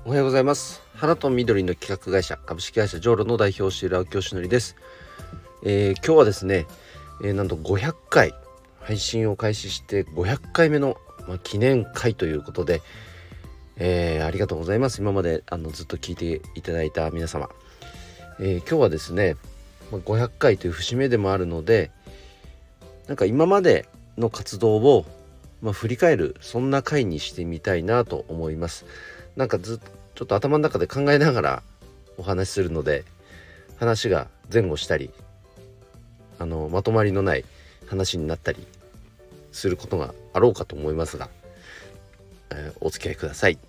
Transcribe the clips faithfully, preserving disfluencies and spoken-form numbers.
おはようございます。花と緑の企画会社株式会社ジョーロの代表をしている青木よしのりです。えー、今日はですね、えー、なんとごひゃっかい配信を開始してごひゃっかいめの、まあ、記念会ということで、えー、ありがとうございます。今まであのずっと聞いていただいた皆様、えー、今日はですね、まあ、ごひゃっかいという節目でもあるので、なんか今までの活動を、まあ、振り返るそんな会にしてみたいなと思います。なんかずっとちょっと頭の中で考えながらお話しするので、話が前後したりあのまとまりのない話になったりすることがあろうかと思いますが、えー、お付き合いください。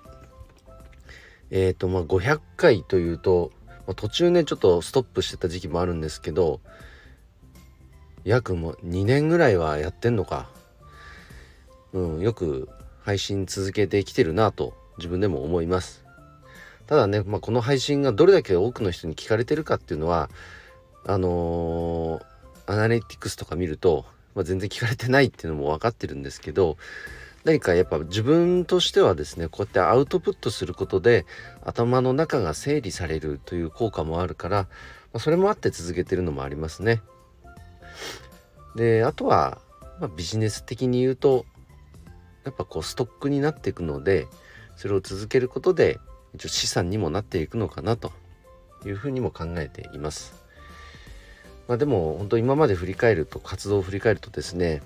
えーとまあごひゃっかいというと、まあ、途中ねちょっとストップしてた時期もあるんですけど、約もうにねんぐらいはやってんのか、うん、よく配信続けてきてるなと自分でも思います。ただね、まあ、この配信がどれだけ多くの人に聞かれてるかっていうのはあのー、アナリティクスとか見ると、まあ、全然聞かれてないっていうのも分かってるんですけど、何かやっぱ自分としてはですね、こうやってアウトプットすることで頭の中が整理されるという効果もあるから、まあ、それもあって続けてるのもありますね。であとは、まあ、ビジネス的に言うとやっぱこうストックになっていくので、それを続けることで一応資産にもなっていくのかなというふうにも考えています。まあ、でも本当今まで振り返ると活動を振り返るとですね、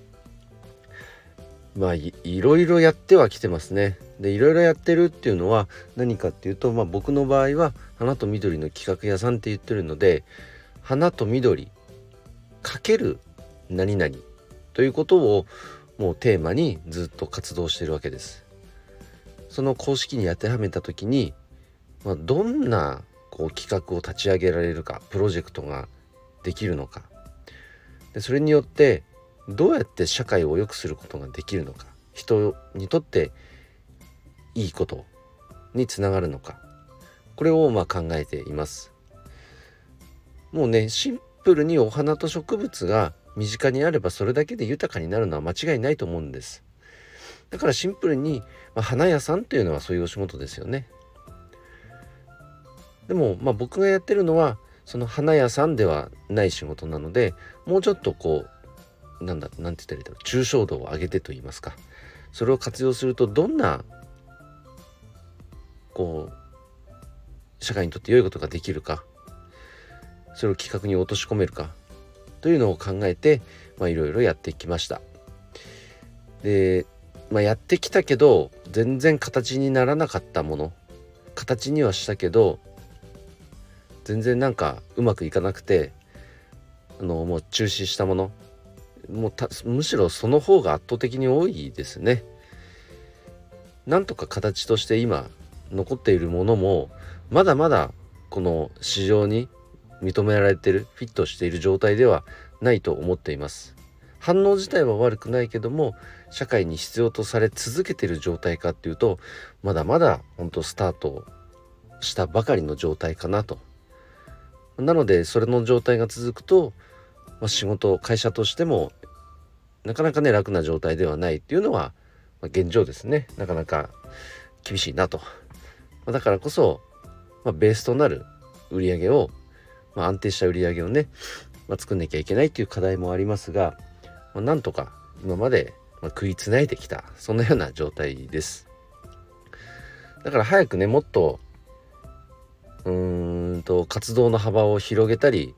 まあ い, いろいろやってはきてますね。でいろいろやってるっていうのは何かっていうと、まあ、僕の場合は花と緑の企画屋さんって言ってるので、花と緑かける何々ということをもうテーマにずっと活動しているわけです。その公式に当てはめた時に、まあ、どんなこう企画を立ち上げられるか、プロジェクトができるのか、でそれによってどうやって社会を良くすることができるのか、人にとっていいことにつながるのか、これをまあ考えています。もうね、シンプルにお花と植物が身近にあればそれだけで豊かになるのは間違いないと思うんです。だからシンプルに、まあ、花屋さんというのはそういうお仕事ですよね。でもまあ僕がやってるのはその花屋さんではない仕事なので、もうちょっとこうなんだなんて言ったらいいだろう、抽象度を上げてと言いますか、それを活用するとどんなこう社会にとって良いことができるか、それを企画に落とし込めるかというのを考えて、まあいろいろやってきました。で、まあ、やってきたけど全然形にならなかったもの、形にはしたけど全然なんかうまくいかなくて、あのもう中止したもの、もうたむしろその方が圧倒的に多いですね。なんとか形として今残っているものもまだまだこの市場に認められている、フィットしている状態ではないと思っています。反応自体は悪くないけども、社会に必要とされ続けている状態かっていうと、まだまだ本当スタートしたばかりの状態かなと。なのでそれの状態が続くと、まあ、仕事会社としてもなかなかね楽な状態ではないっていうのは、まあ、現状ですね。なかなか厳しいなと、まあ、だからこそ、まあ、ベースとなる売り上げを、まあ、安定した売り上げをね、まあ、作んなきゃいけないっていう課題もありますが、まあ、なんとか今まで、まあ、食いつないできた、そんなような状態です。だから早くねもっとうーんと活動の幅を広げたり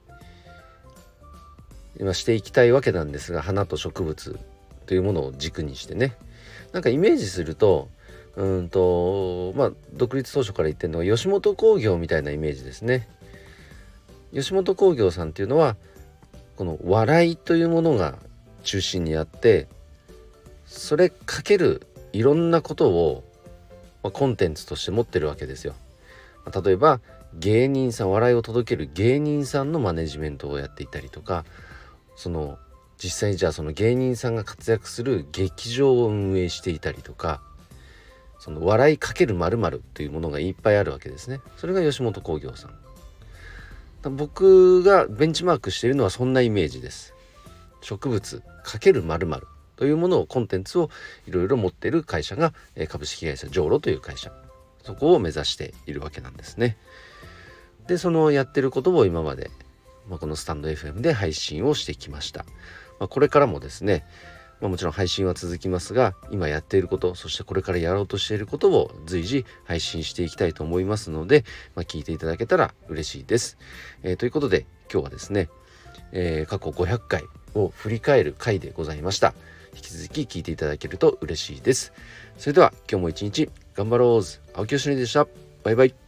今していきたいわけなんですが、花と植物というものを軸にしてね、なんかイメージするとうーんとまあ独立当初から言ってるのは吉本興業みたいなイメージですね。吉本興業さんっていうのはこの笑いというものが中心にあって、それかけるいろんなことを、まあ、コンテンツとして持ってるわけですよ。まあ、例えば芸人さん、笑いを届ける芸人さんのマネジメントをやっていたりとか、その実際にじゃあその芸人さんが活躍する劇場を運営していたりとか、その笑いかける〇〇というものがいっぱいあるわけですね。それが吉本興業さん。僕がベンチマークしているのはそんなイメージです。植物かける〇〇というものをコンテンツをいろいろ持っている会社が株式会社ジョーロという会社、 そこを目指しているわけなんですね。でそのやってることを今まで、まあ、このスタンド エフエム で配信をしてきました。まあ、これからもですね、まあ、もちろん配信は続きますが、今やっていること、そしてこれからやろうとしていることを随時配信していきたいと思いますので、まあ、聞いていただけたら嬉しいです。えー、ということで今日はですね、えー、過去ごひゃっかいを振り返る回でございました。引き続き聞いていただけると嬉しいです。それでは今日も一日頑張ろう。青木よしのりでした。バイバイ。